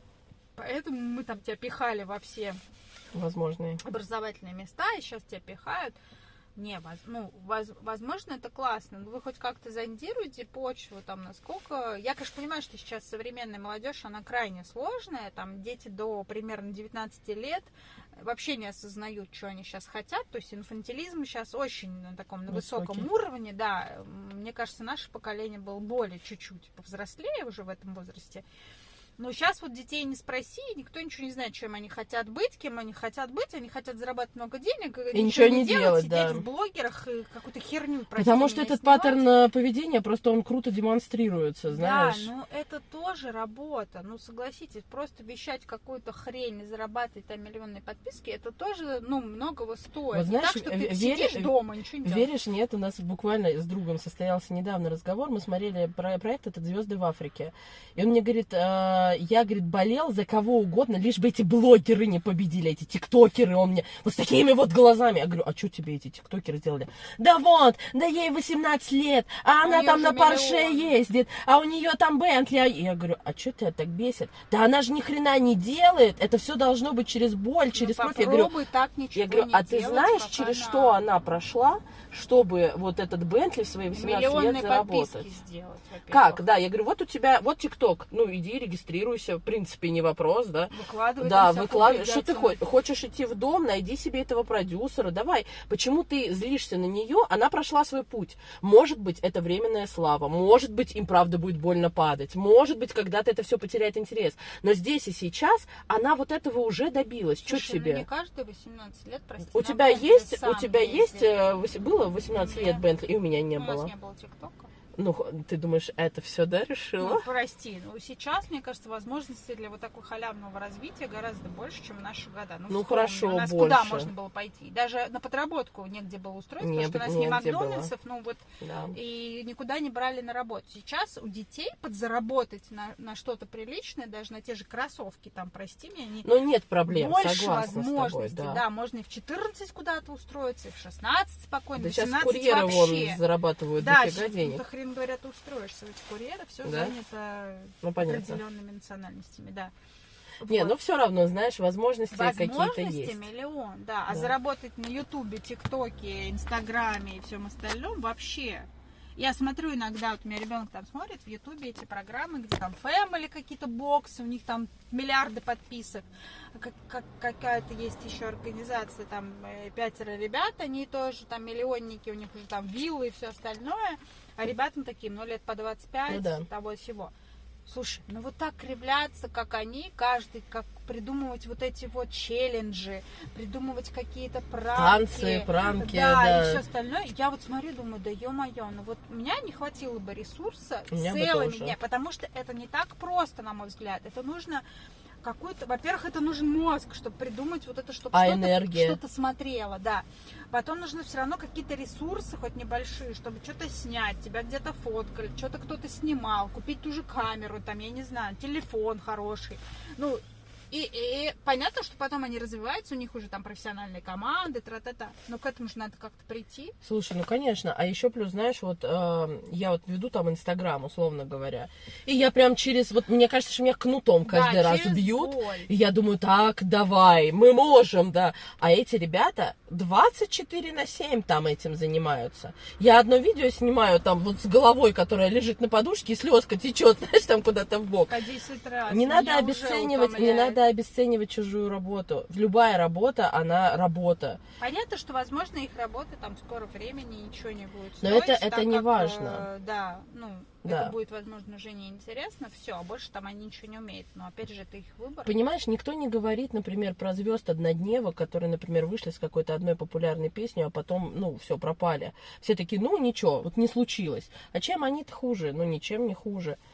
поэтому мы там тебя пихали во все Возможные. образовательные места, и сейчас тебя пихают. Не, воз, ну, воз, возможно, это классно, но вы хоть как-то зондируете почву, там, насколько... Я, конечно, понимаю, что сейчас современная молодежь, она крайне сложная, там, дети до примерно девятнадцати лет вообще не осознают, что они сейчас хотят, то есть инфантилизм сейчас очень на таком, на Высокий. высоком уровне, да, мне кажется, наше поколение было более чуть-чуть повзрослее уже в этом возрасте. Но сейчас вот детей не спроси, никто ничего не знает, чем они хотят быть, кем они хотят быть. Они хотят зарабатывать много денег, И ничего не делать, сидеть да. в блогерах и какую-то херню, прости Потому что меня, этот снимать. паттерн э, поведения, просто он круто демонстрируется, знаешь. Да, ну это тоже работа. Ну согласитесь, просто вещать какую-то хрень и зарабатывать там миллионные подписки, это тоже, ну, многого стоит. Вот знаешь, не так, что ты ве- сидишь веришь- дома, ничего не делаешь. Веришь, нет, у нас буквально с другом состоялся недавно разговор, мы смотрели про- проект этот «Звезды в Африке», и он мне говорит, э, я, говорит, болел за кого угодно, лишь бы эти блогеры не победили, эти тиктокеры, он мне вот с такими вот глазами, я говорю, а что тебе эти тиктокеры сделали? Да вот, да ей восемнадцать лет, а она неё там же на Порше миллион. ездит, а у нее там Бентли, а я говорю, а что тебя так бесит? Да она же ни хрена не делает, это все должно быть через боль, через Ну, кровь, я говорю, попробуй так ничего я говорю, не а ты делать, знаешь, как через она. что она прошла, чтобы вот этот Бентли в свои восемнадцать лет Миллионные заработать? подписки сделать, во-первых. Как? Да, я говорю, вот у тебя, вот ТикТок, ну иди регистрируйся, в принципе, не вопрос, да. Выкладывай Да, там всякую выкладывай. Что ты бредятину. хочешь? Хочешь идти в дом, найди себе этого продюсера, давай. Почему ты злишься на нее? Она прошла свой путь. Может быть, это временная слава. Может быть, им правда будет больно падать. Может быть, когда-то это все потеряет интерес. Но здесь и сейчас она вот этого уже добилась. Что Слушай, тебе? ну не каждый восемнадцать лет, прости. У на тебя Бентли есть, сам у тебя ездит. есть, э, вось- было восемнадцать Нет. лет Бентли, и у меня не У нас было. не было ТикТока. Ну, х- ты думаешь, это все, да, решила? Ну, прости, ну сейчас, мне кажется, возможностей для вот такого халявного развития гораздо больше, чем в наши года. Ну, вспомни, хорошо, у нас больше. куда можно было пойти? Даже на подработку негде было устроиться, Не, потому что у нас ни негде было. Макдональдсов, ну вот, Да. и никуда не брали на работу. Сейчас у детей подзаработать на, на что-то приличное, даже на те же кроссовки, там, прости меня, они Ну, нет проблем, больше согласна с тобой, возможностей, да. да. Можно и в четырнадцать куда-то устроиться, и в шестнадцать спокойно, Да в сейчас семнадцать курьеры вообще. вон зарабатывают Да, дофига денег. да хрен говоря, ты устроишься в эти курьеры, все Да? занято Ну, понятно. определенными национальностями, да. Не, Вот. ну все равно, знаешь, возможности какие-то Возможности есть. миллион, да. А Да. заработать на Ютубе, ТикТоке, Инстаграме и всем остальном вообще. Я смотрю иногда, вот у меня ребенок там смотрит в Ютубе эти программы, где там Family какие-то боксы, у них там миллиарды подписок. Как, как- какая-то есть еще организация, там э, пятеро ребят, они тоже там миллионники, у них уже там виллы и все остальное. А ребятам таким, ну, лет по двадцать пять, Ну да. того всего. Слушай, ну вот так кривляться, как они, каждый, как придумывать вот эти вот челленджи, придумывать какие-то пранки. Танцы, пранки, да, да. и все остальное. Я вот смотрю, думаю, да ё-моё, ну вот у меня не хватило бы ресурса У меня бы целыми тоже. днями, потому что это не так просто, на мой взгляд. Это нужно какой-то, во-первых, это нужен мозг, чтобы придумать вот это, чтобы А что-то, энергия? что-то смотрело, да. Потом нужны все равно какие-то ресурсы, хоть небольшие, чтобы что-то снять, тебя где-то фоткали, что-то кто-то снимал, купить ту же камеру, там, я не знаю, телефон хороший. Ну, и, и понятно, что потом они развиваются, у них уже там профессиональные команды, тра-та-та. Но к этому же надо как-то прийти. Слушай, ну конечно, а еще плюс, знаешь, вот э, я вот веду там Инстаграм, условно говоря, и я прям через, вот мне кажется, что меня кнутом каждый Да, раз через бьют, боль. и я думаю, так, давай, мы можем, да, а эти ребята двадцать четыре на семь там этим занимаются. Я одно видео снимаю там вот с головой, которая лежит на подушке, и слезка течет, знаешь, там куда-то в бок. По десять раз. Не Меня надо уже обесценивать, не утомляет. надо обесценивать чужую работу. Любая работа, она работа. Понятно, что, возможно, их работы там в скором времени ничего не будет Но стоить. это- это так не как, важно. э, да, ну, Да. это будет, возможно, уже неинтересно, все, а больше там они ничего не умеют. Но, опять же, это их выбор. Понимаешь, никто не говорит, например, про звезд однодневок, которые, например, вышли с какой-то одной популярной песней, а потом, ну, все, пропали. Все такие, ну, ничего, вот не случилось. А чем они-то хуже? Ну, ничем не хуже.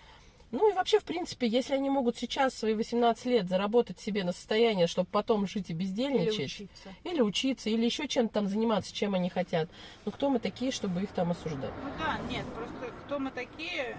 Ну и вообще, в принципе, если они могут сейчас, в свои восемнадцать лет, заработать себе на состояние, чтобы потом жить и бездельничать. Или учиться. Или учиться, или еще чем-то там заниматься, чем они хотят. Ну кто мы такие, чтобы их там осуждать? Ну да, нет, просто кто мы такие,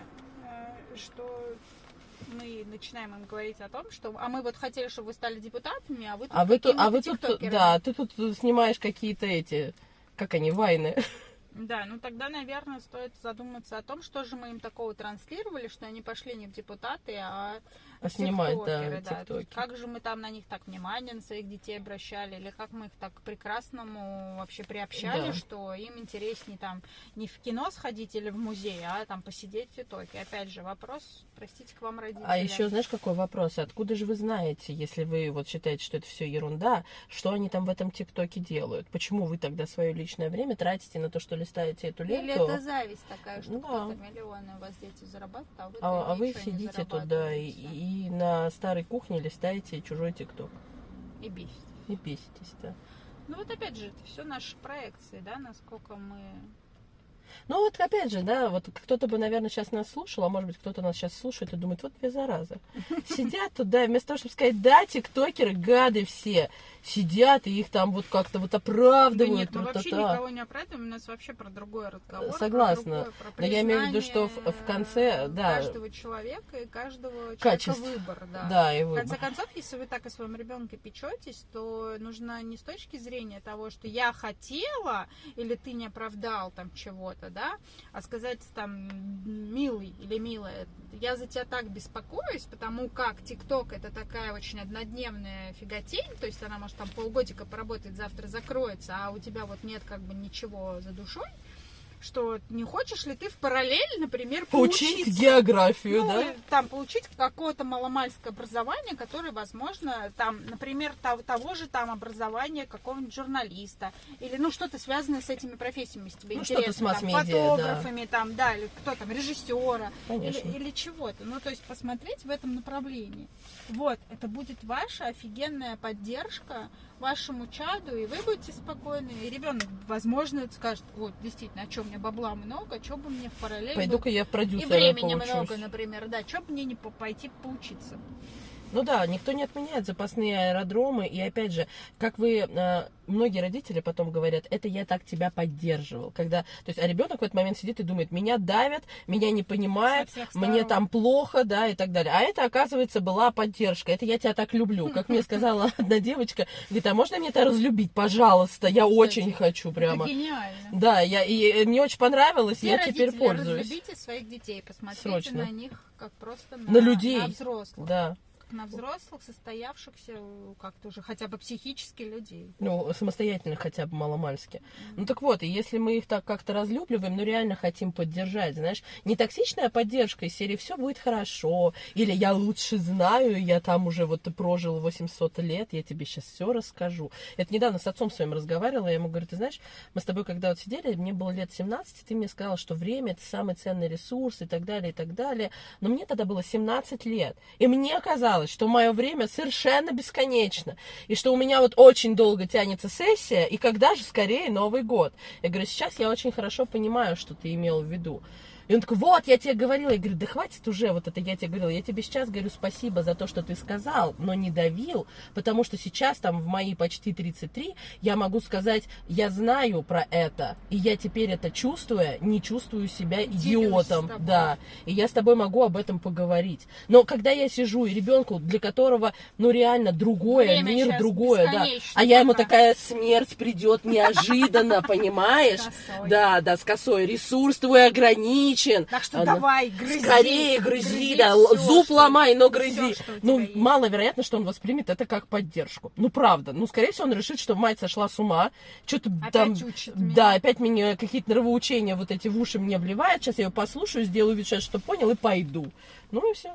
что мы начинаем им говорить о том, что а мы вот хотели, чтобы вы стали депутатами, а вы тут А вы тут, а вы тут, тиктокерами. да, ты тут снимаешь какие-то эти, как они, вайны. Да, ну тогда, наверное, стоит задуматься о том, что же мы им такого транслировали, что они пошли не в депутаты, а А снимать, да, тиктокеры, да. тиктоки. Как же мы там на них так внимание на своих детей обращали, или как мы их так к прекрасному вообще приобщали, Да. что им интереснее там не в кино сходить или в музей, а там посидеть в тиктоке. Опять же, вопрос, простите, к вам родители. А еще, знаешь, какой вопрос? Откуда же вы знаете, если вы вот считаете, что это все ерунда, что они там в этом ТикТоке делают? Почему вы тогда свое личное время тратите на то, что листаете эту ленту? Или это зависть такая, что Ну да. кто-то миллионы у вас дети зарабатывают, а вы, А, а вы ничего не сидите тут, да, и, зарабатываете. и на старой кухне листаете чужой ТикТок. И бесит. И беситесь, да. Ну вот опять же, это все наши проекции, да, насколько мы... Ну вот опять же, да, вот кто-то бы, наверное, сейчас нас слушал, а может быть, кто-то нас сейчас слушает и думает, вот две заразы. Сидят тут, да, вместо того, чтобы сказать, да, тиктокеры, гады все, сидят и их там вот как-то вот Да оправдывают. нет, мы вообще тра-та-та. никого не оправдываем, у нас вообще про другой разговор. Согласна. Про другое, про Но я имею в виду, признание что в- в конце, да. каждого человека и каждого человека Качеств. выбор, да. Да, и В выбор. конце концов, если вы так о своем ребенке печетесь, то нужно не с точки зрения того, что я хотела, или ты не оправдал там чего-то, да, а сказать там, милый или милая, я за тебя так беспокоюсь, потому как ТикТок это такая очень однодневная фиготень, то есть она может там полгодика поработать, завтра закроется, а у тебя вот нет как бы ничего за душой, что не хочешь ли ты в параллель, например, Поучить поучиться? географию, Ну, да? там получить какое-то маломальское образование, которое, возможно, там, например, того, того же там образования какого-нибудь журналиста, или, ну, что-то связанное с этими профессиями, если тебе Ну, интересно, что-то с там, масс-медиа, фотографами, там, да, или кто там, режиссера, Конечно. или, или чего-то. Ну, то есть посмотреть в этом направлении. Вот, это будет ваша офигенная поддержка вашему чаду, и вы будете спокойны, и ребенок, возможно, скажет, вот, действительно, а что, у меня бабла много, а что бы мне в параллель... Пойду-ка я в И продюсера времени поучусь. много, например, да. Что бы мне не по- пойти поучиться? Ну да, никто не отменяет запасные аэродромы. И опять же, как вы, э, многие родители потом говорят, это я так тебя поддерживал. Когда, то есть, а ребенок в этот момент сидит и думает, меня давят, меня не понимают, Со всех мне сторон. там плохо, да, и так далее. А это, оказывается, была поддержка. Это я тебя так люблю. Как мне сказала одна девочка, говорит, а можно мне это разлюбить, пожалуйста? Я Кстати, очень хочу прямо. Это гениально. Да, я, и мне очень понравилось, Все я теперь родители, пользуюсь. разлюбите своих детей, посмотрите Срочно. на них как просто на, На людей. на взрослых. Да. На взрослых, состоявшихся как-то уже хотя бы психически людей. Ну, самостоятельно хотя бы маломальски. Ну так вот, и если мы их так как-то разлюбливаем, ну реально хотим поддержать, знаешь, не токсичная поддержка из серии «все будет хорошо», или «я лучше знаю, я там уже вот прожил восемьсот лет, я тебе сейчас все расскажу». Это недавно с отцом своим разговаривала, я ему говорю, ты знаешь, мы с тобой когда вот сидели, мне было лет семнадцать, ты мне сказал, что время — это самый ценный ресурс и так далее, и так далее, но мне тогда было семнадцать лет, и мне казалось, что мое время совершенно бесконечно, и что у меня вот очень долго тянется сессия, и когда же скорее Новый год. Я говорю, сейчас я очень хорошо понимаю, что ты имел в виду. И он такой, вот, я тебе говорила. Я говорю, да хватит уже, вот это я тебе говорила. Я тебе сейчас говорю спасибо за то, что ты сказал, но не давил, потому что сейчас, там, в мои почти тридцать три, я могу сказать, я знаю про это, и я теперь это чувствуя, не чувствую себя идиотом. с тобой. Да, и я с тобой могу об этом поговорить. Но когда я сижу, и ребенку, для которого, ну, реально другое, Время мир сейчас другое, да, бесконечно а я ему пока. такая, смерть придет неожиданно, понимаешь? косой. Да, да, с косой. Ресурс твой ограничен. Так что Она- давай, грызи. Скорее грызи, да, всё, зуб что- ломай, но всё, грызи. что у Ну, тебя есть. маловероятно, что он воспримет это как поддержку. Ну, правда. Ну, скорее всего, он решит, что мать сошла с ума, что-то Опять там... учит меня. Да, опять мне какие-то нравоучения вот эти в уши мне вливает. Сейчас я ее послушаю, сделаю вид, что понял, и пойду. Ну, и все.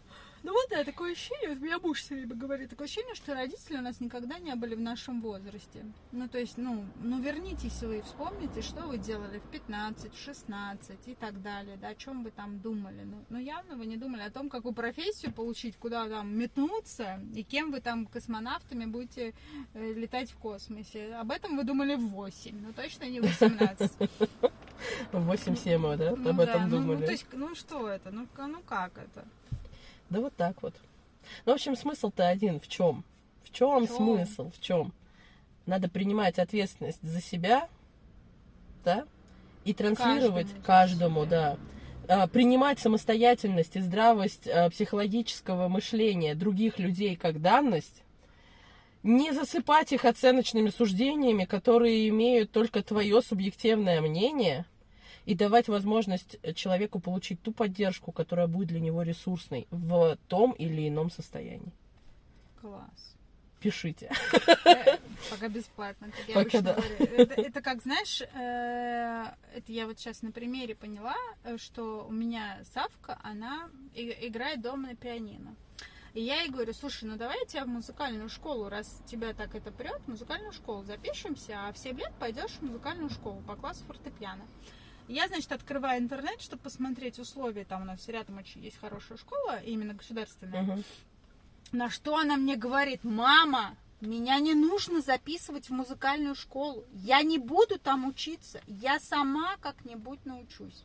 Ну вот, да, такое ощущение, вот меня муж все время говорит, такое ощущение, что родители у нас никогда не были в нашем возрасте. Ну, то есть, ну, ну вернитесь вы и вспомните, что вы делали в пятнадцать, в шестнадцать и так далее, да, о чем вы там думали. Ну, ну, явно вы не думали о том, какую профессию получить, куда там метнуться, и кем вы там космонавтами будете э, летать в космосе. Об этом вы думали в восемь, но точно не в восемнадцать. В восемь-семь, да? Ну, Об да, этом ну, думали. Ну, то есть, ну что это? Ну, к- ну как это? Да вот так вот. Ну, в общем, смысл-то один. В чем? В чем В чём? смысл? В чем? Надо принимать ответственность за себя, да? И транслировать Каждому каждому, за себя. да. А, принимать самостоятельность и здравость а, психологического мышления других людей как данность. Не засыпать их оценочными суждениями, которые имеют только твое субъективное мнение, и давать возможность человеку получить ту поддержку, которая будет для него ресурсной в том или ином состоянии. Класс. Пишите. Э, Пока бесплатно. как я Пока обычно да. говорю. Это, это как, знаешь, э, это я вот сейчас на примере поняла, э, что у меня Савка, она и- играет дома на пианино. И я ей говорю, слушай, ну давай я тебя в музыкальную школу, раз тебя так это прет, в музыкальную школу запишемся, а в семь лет пойдешь в музыкальную школу по классу фортепиано. И я, значит, открываю интернет, чтобы посмотреть условия, там у нас рядом очень есть хорошая школа, именно государственная. Мгм. На что она мне говорит, мама, меня не нужно записывать в музыкальную школу, я не буду там учиться, я сама как-нибудь научусь.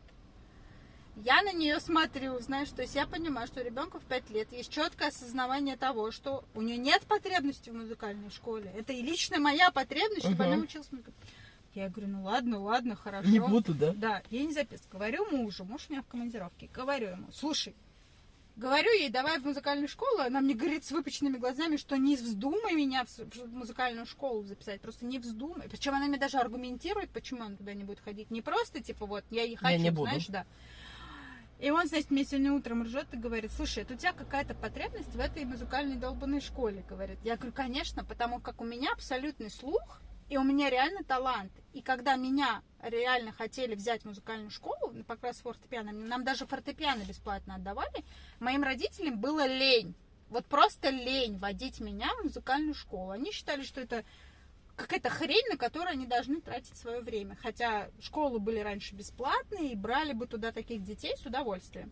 Я на нее смотрю, знаешь, то есть я понимаю, что у ребенка в пять лет есть четкое осознавание того, что у нее нет потребности в музыкальной школе. Это и лично моя потребность, чтобы Мгм. она училась в музыкальной. Я говорю, ну ладно, ладно, хорошо. Не буду, да? Да, я не записываю. Говорю мужу, муж у меня в командировке. Говорю ему, слушай, говорю ей, давай в музыкальную школу. Она мне говорит с выпученными глазами, что не вздумай меня в с- в музыкальную школу записать. Просто не вздумай. Причем она мне даже аргументирует, почему она туда не будет ходить. Не просто, типа, вот, я не хочу, не буду. знаешь, да. И он, значит, мне сегодня утром ржет и говорит, слушай, это у тебя какая-то потребность в этой музыкальной долбанной школе, говорит. Я говорю, конечно, потому как у меня абсолютный слух, и у меня реально талант. И когда меня реально хотели взять в музыкальную школу, ну, как раз фортепиано, нам даже фортепиано бесплатно отдавали, моим родителям было лень. Вот просто лень водить меня в музыкальную школу. Они считали, что это какая-то хрень, на которую они должны тратить свое время. Хотя школы были раньше бесплатные, и брали бы туда таких детей с удовольствием.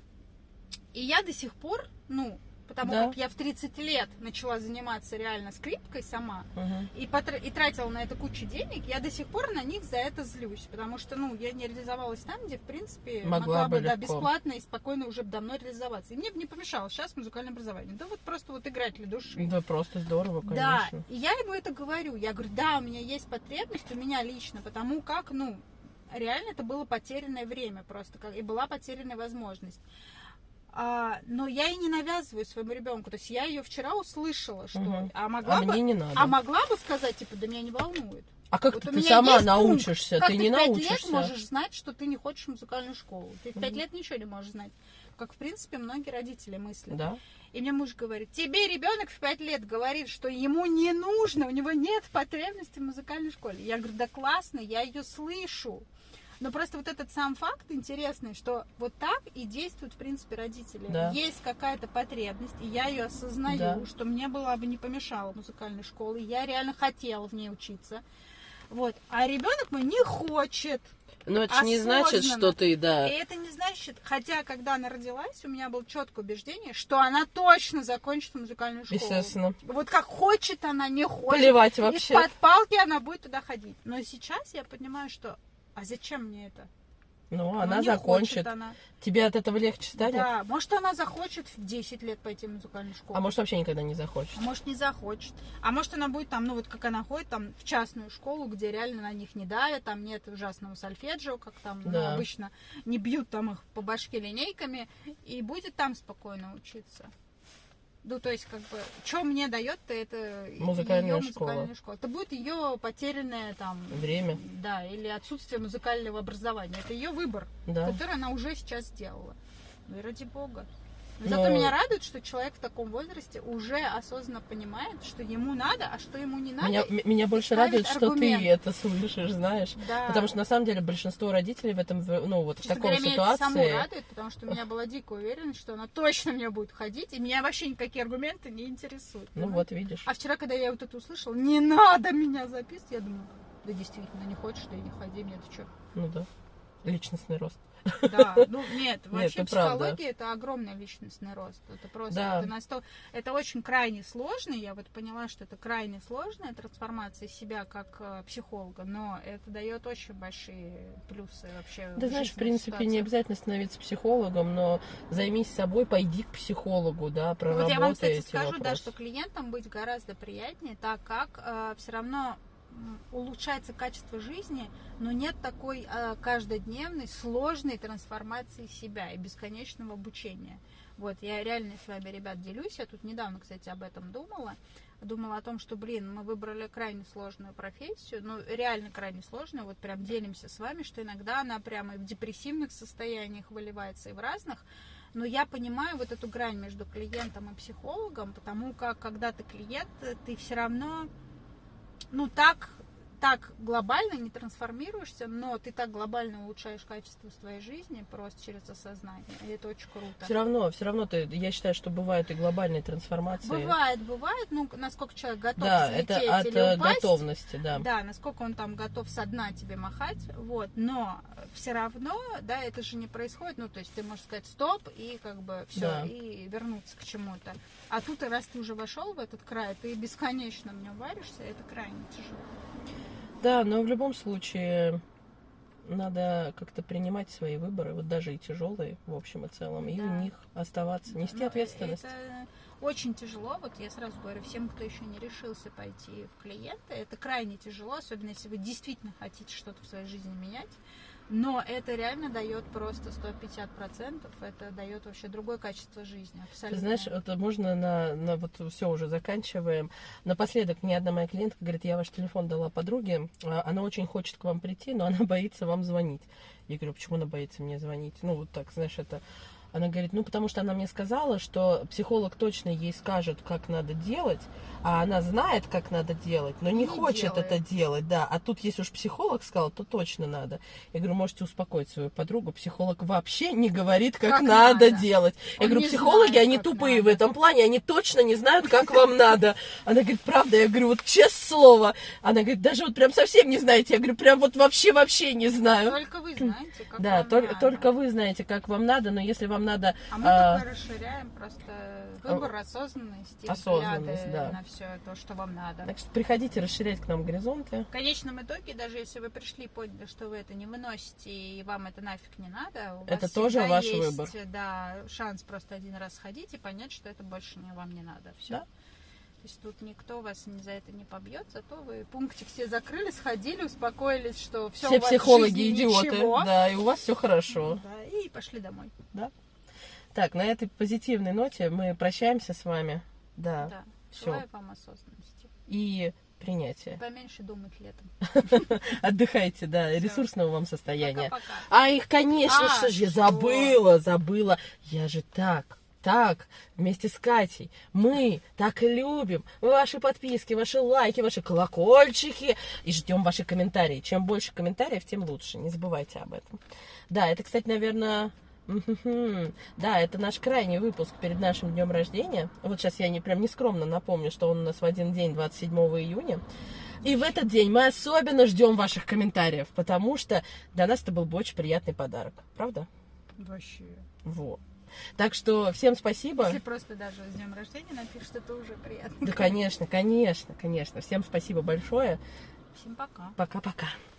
И я до сих пор, ну, потому Да. как я в тридцать лет начала заниматься реально скрипкой сама, Мгм. и, потр- и тратила на это кучу денег, я до сих пор на них за это злюсь. Потому что, ну, я не реализовалась там, где, в принципе, Могла могла бы бы, да, легко. бесплатно и спокойно уже давно реализоваться. И мне бы не помешало сейчас музыкальное образование. Да вот просто вот играть для души. Да, просто здорово, Да, конечно. и я ему это говорю. Я говорю, да, у меня есть потребность, у меня лично, потому как, ну, реально это было потерянное время просто, как- и была потерянная возможность. А, но я и не навязываю своему ребенку. То есть я ее вчера услышала, что... Мгм. А могла А бы... мне не надо. А могла бы сказать, типа, да меня не волнует. А как Вот ты, у ты меня сама есть научишься? пункт, как Ты не в пять научишься. лет можешь знать, что ты не хочешь в музыкальную школу. Ты в пять Мгм. лет ничего не можешь знать. Как, в принципе, многие родители мыслят. Да? И мне муж говорит, тебе ребенок в пять лет говорит, что ему не нужно, у него нет потребности в музыкальной школе. Я говорю, да классно, я ее слышу. Но просто вот этот сам факт интересный, что вот так и действуют, в принципе, родители. Да. Есть какая-то потребность, и я ее осознаю, Да. что мне была бы не помешала музыкальной школы, я реально хотела в ней учиться. Вот. А ребенок мой не хочет. Но это ж не значит, Осознанно. что ты, да. И это не значит, хотя когда она родилась, у меня было четкое убеждение, что она точно закончит музыкальную школу. Естественно. Вот как хочет она, не хочет. Плевать вообще. Из-под палки она будет туда ходить. Но сейчас я понимаю, что а зачем мне это? Ну, Ну, она не закончит. хочет она. Тебе от этого легче станет? Да, может, она захочет в десять лет пойти в музыкальную школу. А может, вообще никогда не захочет. А может, не захочет. А может, она будет там, ну вот как она ходит там в частную школу, где реально на них не давят, там нет ужасного сольфеджио, как там ну, Да. обычно не бьют там их по башке линейками, и будет там спокойно учиться. Ну, то есть, как бы, что мне дает-то это Музыкальная её школа. музыкальная школа. Это будет ее потерянное там... Время. Да, или отсутствие музыкального образования. Это ее выбор, Да. который она уже сейчас сделала. Ну и ради бога. Но- Зато меня радует, что человек в таком возрасте уже осознанно понимает, что ему надо, а что ему не надо. Меня, м- меня больше ставит радует, что аргумент. ты это слышишь, знаешь. Да. Потому что на самом деле большинство родителей в этом, в- ну вот в Честно такой говоря, меня это саму ситуации. радует, потому что у меня была дикая уверенность, что она точно мне будет ходить, и меня вообще никакие аргументы не интересуют. Ну понимаешь? вот видишь. А вчера, когда я вот это услышала, не надо меня записывать, я думаю, да действительно, не хочешь, да и не ходи, мне ты что? Ну да. личностный рост. Да, ну нет, вообще нет, психология правда. это огромный личностный рост. Это просто Да. это, настолько, это очень крайне сложно. Я вот поняла, что это крайне сложная трансформация себя как э, психолога, но это дает очень большие плюсы вообще. Да, в знаешь, в жизненных принципе, не ситуациях. обязательно становиться психологом, но займись собой, пойди к психологу, да, Ну, проработай вот я вам, кстати, эти скажу, вопросы. да, что клиентам быть гораздо приятнее, так как э, все равно м, улучшается качество жизни, но нет такой э, каждодневной сложной трансформации себя и бесконечного обучения. Вот, я реально с вами, ребят, делюсь. Я тут недавно, кстати, об этом думала. Думала о том, что, блин, мы выбрали крайне сложную профессию, ну, реально крайне сложную, вот прям делимся с вами, что иногда она прямо и в депрессивных состояниях выливается, и в разных. Но я понимаю вот эту грань между клиентом и психологом, потому как, когда ты клиент, ты все равно, ну, так, так глобально не трансформируешься, но ты так глобально улучшаешь качество своей жизни просто через осознание. И это очень круто. Все равно, все равно, ты, я считаю, что бывают и глобальные трансформации. Бывает, бывает, ну, насколько человек готов Да, взлететь это от или э, упасть. готовности, да. Да, насколько он там готов со дна тебе махать, вот, но все равно, да, это же не происходит, ну, то есть ты можешь сказать стоп и как бы все, Да. и вернуться к чему-то. А тут, раз ты уже вошел в этот край, ты бесконечно в нем варишься, это крайне тяжело. Да, но в любом случае надо как-то принимать свои выборы, вот даже и тяжелые, в общем и целом, и Да. в них оставаться, нести Но ответственность. Это очень тяжело, вот я сразу говорю всем, кто еще не решился пойти в клиенты, это крайне тяжело, особенно если вы действительно хотите что-то в своей жизни менять. Но это реально дает просто сто пятьдесят процентов, это дает вообще другое качество жизни, Ты абсолютно. знаешь, это можно на, на вот все уже заканчиваем. Напоследок мне одна моя клиентка говорит, я ваш телефон дала подруге, а, она очень хочет к вам прийти, но она боится вам звонить. Я говорю, почему она боится мне звонить? Ну вот так, знаешь, это... Она говорит, ну потому что она мне сказала, что психолог точно ей скажет, как надо делать, а она знает, как надо делать, но не, Не хочет делает. это делать, да. А тут, если уж психолог сказал, то точно надо. Я говорю, можете успокоить свою подругу, психолог вообще не говорит, как, Как надо, надо. делать. Я Он говорю, не психологи, знает, они как тупые в надо. этом плане, они точно не знают, как вам надо. Она говорит, правда? Я говорю, вот честное слово. Она говорит, даже вот прям совсем не знаете. Я говорю, прям вот вообще-вообще не знаю. Только вы знаете, как Да, вам только, надо. только вы знаете, как вам надо, но если вам надо... А мы а, только расширяем просто выбор, осознанность и осознанность, взгляды да. на все то, что вам надо. Так что приходите расширять к нам горизонты. В конечном итоге, даже если вы пришли и поняли, что вы это не выносите и вам это нафиг не надо, у Это вас тоже всегда ваш есть, выбор. Да, шанс просто один раз сходить и понять, что это больше не, вам не надо. Все. Да. То есть тут никто вас за это не побьет, зато вы пунктик все закрыли, сходили, успокоились, что все, Все у вас в психологи жизни идиоты, ничего. да, и у вас все хорошо. Да, и пошли домой. Да. Так, на этой позитивной ноте мы прощаемся с вами. Да. Да. Всё. Желаю вам осознанности. И принятия. Поменьше думать летом. Отдыхайте, да, ресурсного вам состояния. Пока-пока. А их, конечно, А, что же, я что? забыла, забыла. Я же так, так, вместе с Катей, мы так и любим ваши подписки, ваши лайки, ваши колокольчики. И ждем ваши комментарии. Чем больше комментариев, тем лучше. Не забывайте об этом. Да, это, кстати, наверное... Да, это наш крайний выпуск перед нашим днем рождения. Вот сейчас я не, прям нескромно напомню, что он у нас в один день, двадцать седьмого июня. И в этот день мы особенно ждем ваших комментариев, потому что для нас это был бы очень приятный подарок. Правда? Вообще. Вот. Так что всем спасибо. Если просто даже с днем рождения напишут, это уже приятно. Да, конечно, конечно, конечно. Всем спасибо большое. Всем пока. Пока-пока.